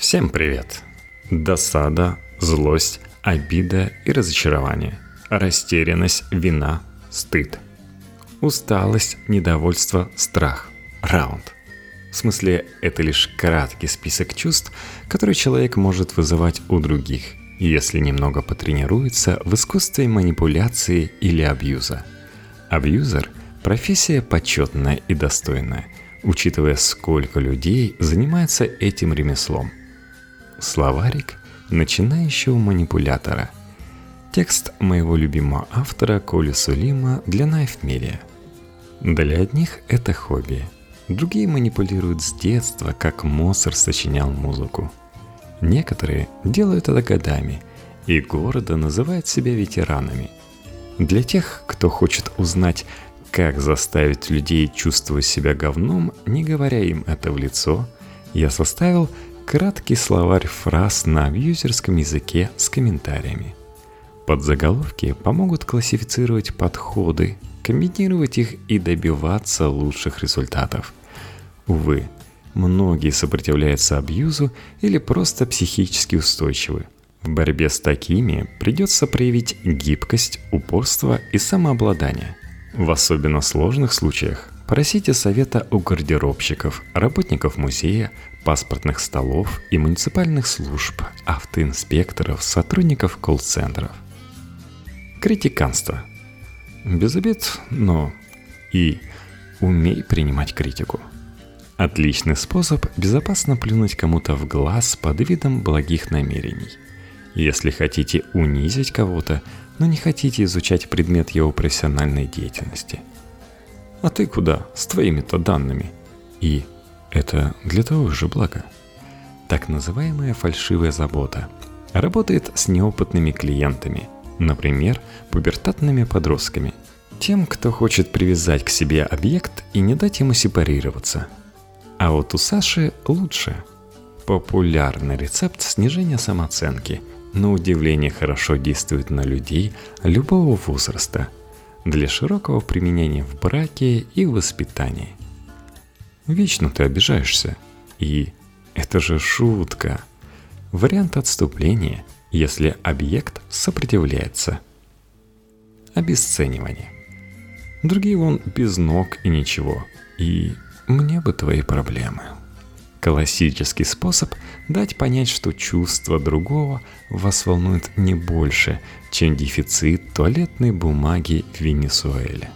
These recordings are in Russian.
Всем привет! Досада, злость, обида и разочарование, растерянность, вина, стыд, усталость, недовольство, страх. Раунд. В смысле, это лишь краткий список чувств, которые человек может вызывать у других, если немного потренируется в искусстве манипуляции или абьюза. Абьюзер – профессия почетная и достойная, учитывая, сколько людей занимается этим ремеслом. Словарик начинающего манипулятора. Текст моего любимого автора Коли Сулима для Knife Media. Для одних это хобби, другие манипулируют с детства, как Моцарт сочинял музыку. Некоторые делают это годами и гордо называют себя ветеранами. Для тех, кто хочет узнать, как заставить людей чувствовать себя говном, не говоря им это в лицо, я составил краткий словарь фраз на абьюзерском языке с комментариями. Подзаголовки помогут классифицировать подходы, комбинировать их и добиваться лучших результатов. Увы, многие сопротивляются абьюзу или просто психически устойчивы. В борьбе с такими придется проявить гибкость, упорство и самообладание. В особенно сложных случаях просите совета у гардеробщиков, работников музея, паспортных столов и муниципальных служб, автоинспекторов, сотрудников колл-центров. Критиканство. Без обид, но и умей принимать критику. Отличный способ безопасно плюнуть кому-то в глаз под видом благих намерений. Если хотите унизить кого-то, но не хотите изучать предмет его профессиональной деятельности. А ты куда с твоими-то данными? И это для того же блага. Так называемая фальшивая забота работает с неопытными клиентами, например, пубертатными подростками, тем, кто хочет привязать к себе объект и не дать ему сепарироваться. А вот у Саши лучше. Популярный рецепт снижения самооценки, на удивление хорошо действует на людей любого возраста, для широкого применения в браке и в воспитании. Вечно ты обижаешься, и это же шутка. Вариант отступления, если объект сопротивляется. Обесценивание. Другие вон без ног и ничего, и мне бы твои проблемы. Классический способ дать понять, что чувство другого вас волнует не больше, чем дефицит туалетной бумаги в Венесуэле.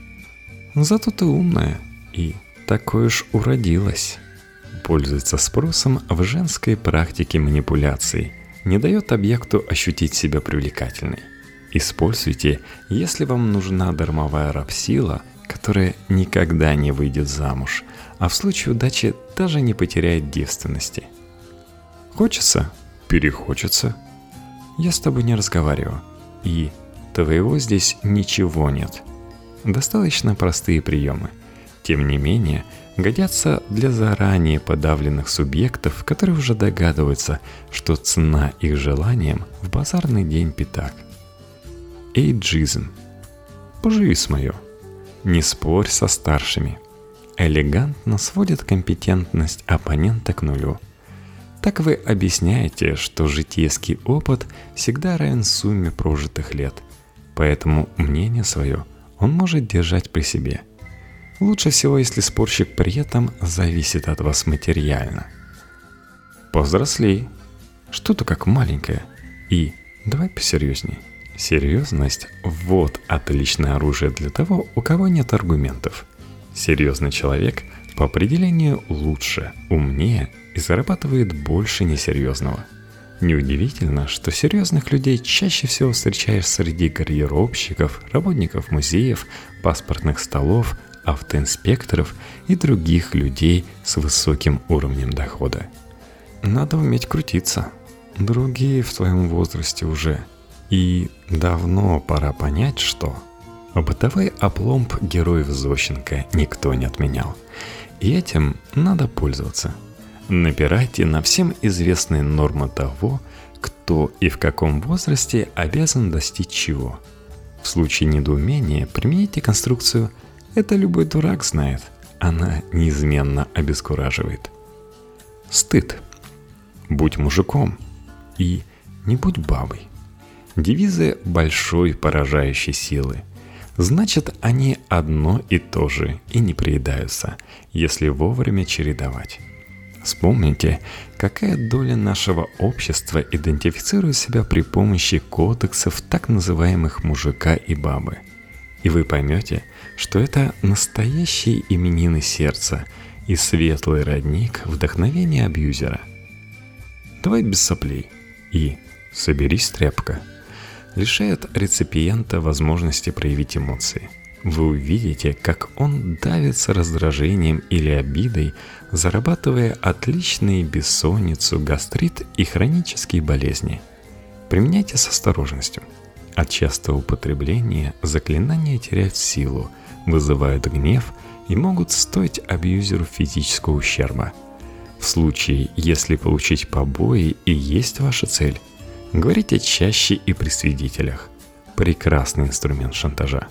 Зато ты умная и такой уж уродилась. Пользуется спросом в женской практике манипуляций, не дает объекту ощутить себя привлекательной. Используйте, если вам нужна дармовая рабсила, которая никогда не выйдет замуж, а в случае удачи даже не потеряет девственности. Хочется? Перехочется. Я с тобой не разговариваю, и твоего здесь ничего нет. Достаточно простые приемы. Тем не менее, годятся для заранее подавленных субъектов, которые уже догадываются, что цена их желаниям в базарный день пятак. Эйджизм. Поживи с моё. Не спорь со старшими. Элегантно сводит компетентность оппонента к нулю. Так вы объясняете, что житейский опыт всегда равен сумме прожитых лет, поэтому мнение свое он может держать при себе. Лучше всего, если спорщик при этом зависит от вас материально. Повзрослей. Что-то как маленькое. И давай посерьезней. Серьезность – вот отличное оружие для того, у кого нет аргументов. Серьезный человек по определению лучше, умнее и зарабатывает больше несерьезного. Неудивительно, что серьезных людей чаще всего встречаешь среди гардеробщиков, работников музеев, паспортных столов, автоинспекторов и других людей с высоким уровнем дохода. Надо уметь крутиться. Другие в твоем возрасте уже. И давно пора понять, что бытовой опломб героев Зощенко никто не отменял. И этим надо пользоваться. Напирайте на всем известные нормы того, кто и в каком возрасте обязан достичь чего. В случае недоумения примените конструкцию «это любой дурак знает», она неизменно обескураживает. Стыд. «Будь мужиком» и «Не будь бабой». Девизы большой поражающей силы. Значит, они одно и то же и не приедаются, если вовремя чередовать. Вспомните, какая доля нашего общества идентифицирует себя при помощи кодексов так называемых мужика и бабы. И вы поймете, что это настоящие именины сердца и светлый родник вдохновения абьюзера. «Давай без соплей» и «Соберись, тряпка» лишает реципиента возможности проявить эмоции. Вы увидите, как он давится раздражением или обидой, зарабатывая отличные бессонницу, гастрит и хронические болезни. Применяйте с осторожностью. От частого употребления заклинания теряют силу, вызывают гнев и могут стоить абьюзеру физического ущерба. В случае, если получить побои и есть ваша цель, говорите чаще и при свидетелях. Прекрасный инструмент шантажа.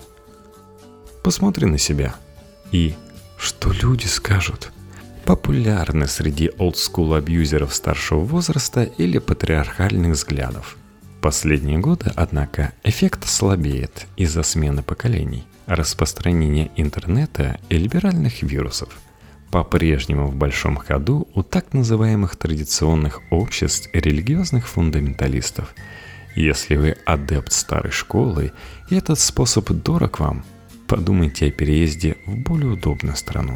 Посмотри на себя. И что люди скажут? Популярны среди олдскул абьюзеров старшего возраста или патриархальных взглядов. Последние годы, однако, эффект слабеет из-за смены поколений, распространения интернета и либеральных вирусов. По-прежнему в большом ходу у так называемых традиционных обществ и религиозных фундаменталистов. Если вы адепт старой школы и этот способ дорог вам, подумайте о переезде в более удобную страну.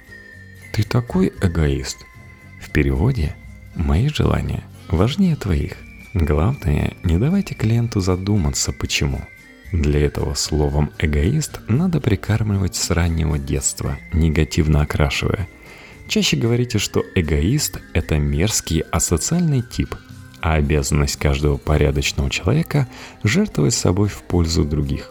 «Ты такой эгоист». В переводе «Мои желания важнее твоих». Главное, не давайте клиенту задуматься, почему. Для этого словом «эгоист» надо прикармливать с раннего детства, негативно окрашивая. Чаще говорите, что эгоист – это мерзкий асоциальный тип, а обязанность каждого порядочного человека – жертвовать собой в пользу других.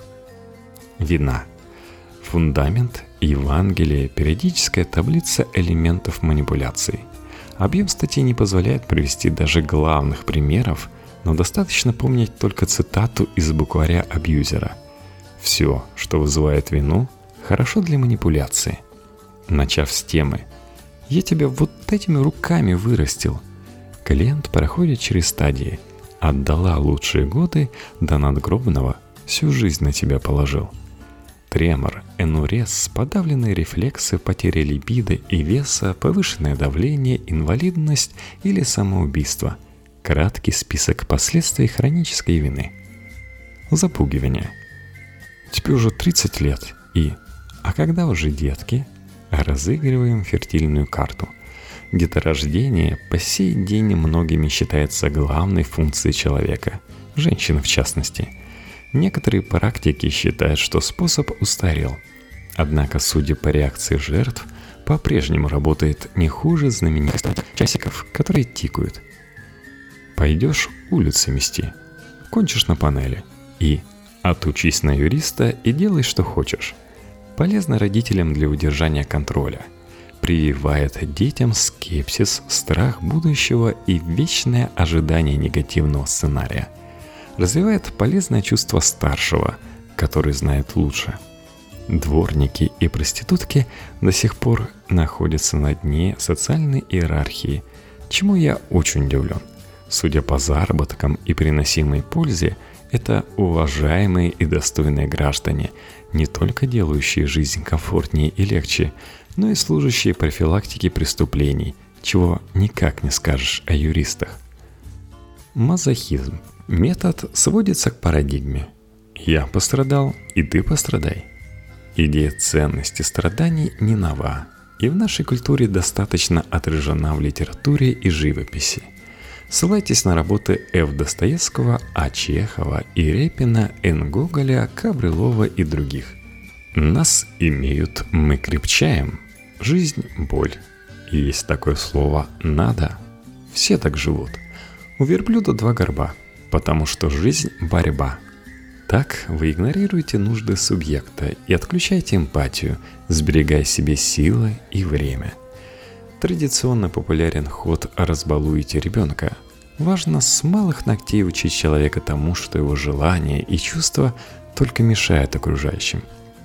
Вина. Фундамент, Евангелие, периодическая таблица элементов манипуляций. Объем статьи не позволяет привести даже главных примеров, но достаточно помнить только цитату из букваря абьюзера. «Все, что вызывает вину, хорошо для манипуляции». Начав с темы «Я тебя вот этими руками вырастил», клиент проходит через стадии «Отдала лучшие годы до надгробного, всю жизнь на тебя положил». Тремор, энурез, подавленные рефлексы, потеря либидо и веса, повышенное давление, инвалидность или самоубийство. Краткий список последствий хронической вины. Запугивание. Тебе уже 30 лет и «А когда уже детки?» Разыгрываем фертильную карту. Деторождение по сей день многими считается главной функцией человека, женщины в частности. Некоторые практики считают, что способ устарел. Однако, судя по реакции жертв, по-прежнему работает не хуже знаменитых часиков, которые тикают. Пойдешь улицы мести, кончишь на панели. И отучись на юриста и делай, что хочешь. Полезно родителям для удержания контроля. Прививает детям скепсис, страх будущего и вечное ожидание негативного сценария. Развивает полезное чувство старшего, который знает лучше. Дворники и проститутки до сих пор находятся на дне социальной иерархии, чему я очень удивлен. Судя по заработкам и приносимой пользе, это уважаемые и достойные граждане, не только делающие жизнь комфортнее и легче, но и служащие профилактике преступлений, чего никак не скажешь о юристах. Мазохизм. Метод сводится к парадигме. Я пострадал, и ты пострадай. Идея ценности страданий не нова, и в нашей культуре достаточно отражена в литературе и живописи. Ссылайтесь на работы Ф. Достоевского, А. Чехова и Репина, Н. Гоголя, Кабрилова и других. Нас имеют, мы крепчаем. Жизнь – боль. И есть такое слово «надо». Все так живут. У верблюда 2 горба, потому что жизнь – борьба. Так вы игнорируете нужды субъекта и отключаете эмпатию, сберегая себе силы и время. Традиционно популярен ход «разбалуйте ребенка». Важно с малых ногтей учить человека тому, что его желания и чувства только мешают окружающим.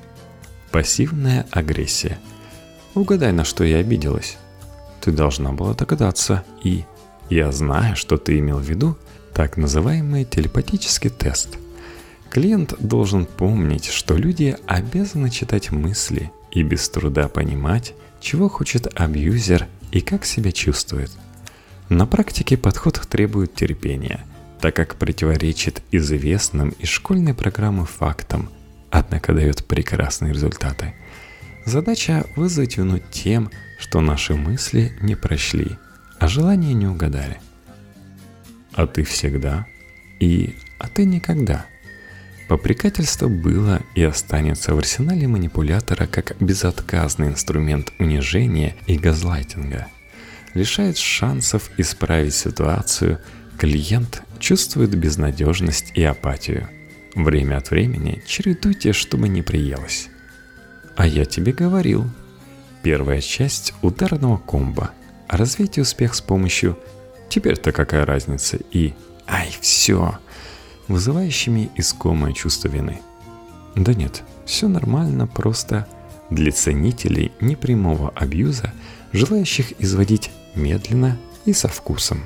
Пассивная агрессия. Угадай, на что я обиделась. Ты должна была догадаться. И Я знаю, что ты имел в виду так называемый телепатический тест. Клиент должен помнить, что люди обязаны читать мысли и без труда понимать, чего хочет абьюзер и как себя чувствует. На практике подход требует терпения, так как противоречит известным из школьной программы фактам, однако дает прекрасные результаты. Задача вызвать вину тем, что наши мысли не прошли, а желания не угадали. А ты всегда а ты никогда. Попрекательство было и останется в арсенале манипулятора как безотказный инструмент унижения и газлайтинга. Лишает шансов исправить ситуацию, клиент чувствует безнадежность и апатию. Время от времени чередуйте, чтобы не приелось. А я тебе говорил. Первая часть ударного комбо. Развейте успех с помощью «теперь-то какая разница» и «ай, все», вызывающими искомое чувство вины. Да нет, все нормально, просто для ценителей непрямого абьюза, желающих изводить медленно и со вкусом.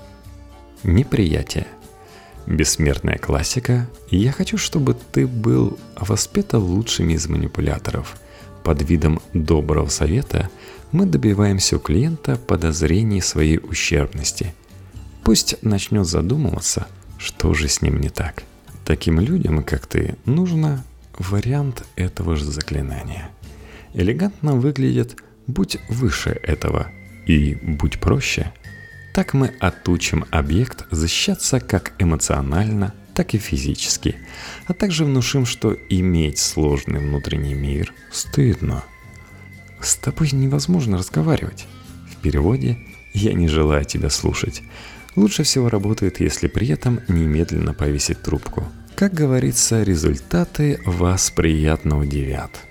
Неприятие. Бессмертная классика. Я хочу, чтобы ты был воспитан лучшими из манипуляторов. Под видом доброго совета мы добиваемся у клиента подозрений своей ущербности. Пусть начнет задумываться, что же с ним не так. Таким людям, как ты, нужно вариант этого же заклинания. Элегантно выглядит «будь выше этого» и «будь проще». Так мы отучим объект защищаться как эмоционально, так и физически, а также внушим, что иметь сложный внутренний мир стыдно. С тобой невозможно разговаривать. В переводе «я не желаю тебя слушать». Лучше всего работает, если при этом немедленно повесить трубку. Как говорится, результаты вас приятно удивят.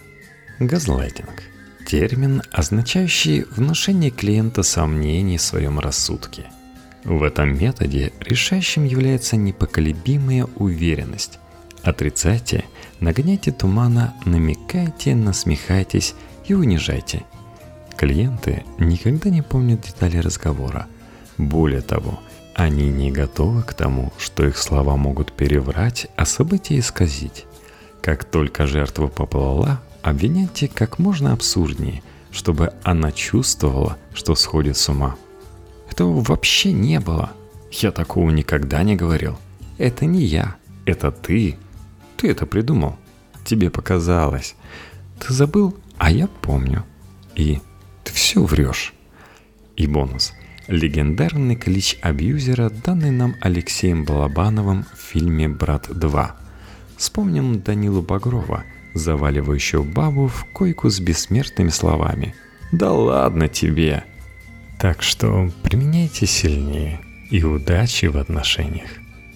Газлайтинг. Термин, означающий внушение клиента сомнений в своем рассудке. В этом методе решающим является непоколебимая уверенность. Отрицайте, нагоняйте тумана, намекайте, насмехайтесь и унижайте. Клиенты никогда не помнят детали разговора. Более того, они не готовы к тому, что их слова могут переврать, а события исказить. Как только жертва поплыла, обвиняйте как можно абсурднее, чтобы она чувствовала, что сходит с ума. Этого вообще не было. Я такого никогда не говорил. Это не я, это ты. Ты это придумал. Тебе показалось. Ты забыл, а я помню. И ты все врешь. И бонус. Легендарный клич абьюзера, данный нам Алексеем Балабановым в фильме «Брат 2». Вспомним Данилу Багрова, заваливающего бабу в койку с бессмертными словами «Да ладно тебе!». Так что применяйте сильнее и удачи в отношениях.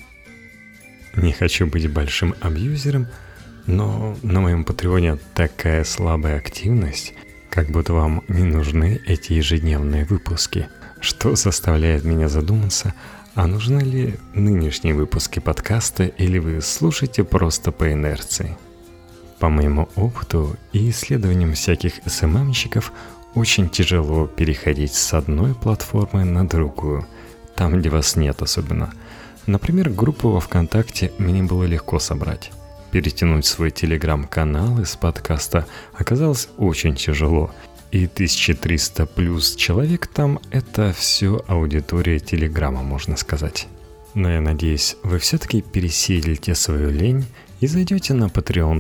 Не хочу быть большим абьюзером, но на моем Патреоне такая слабая активность, как будто вам не нужны эти ежедневные выпуски, что заставляет меня задуматься, а нужны ли нынешние выпуски подкаста или вы слушаете просто по инерции. По моему опыту и исследованиям всяких СММщиков, очень тяжело переходить с одной платформы на другую, там, где вас нет особенно. Например, группу во ВКонтакте мне было легко собрать. Перетянуть свой телеграм-канал из подкаста оказалось очень тяжело. И 1300 плюс человек там – это все аудитория телеграма, можно сказать. Но я надеюсь, вы все-таки пересилите свою лень и зайдете на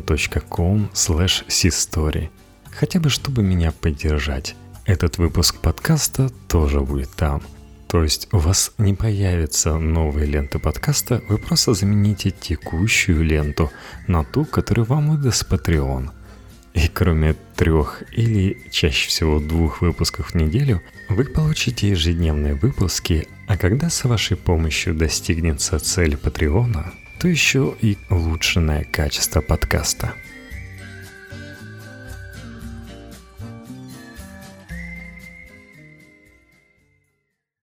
patreon.com/sistory. Хотя бы чтобы меня поддержать. Этот выпуск подкаста тоже будет там. То есть у вас не появится новые ленты подкаста, вы просто замените текущую ленту на ту, которую вам выдаст Patreon. И кроме 3 или чаще всего 2 выпусков в неделю, вы получите ежедневные выпуски, а когда с вашей помощью достигнется цель Патреона, то еще и улучшенное качество подкаста.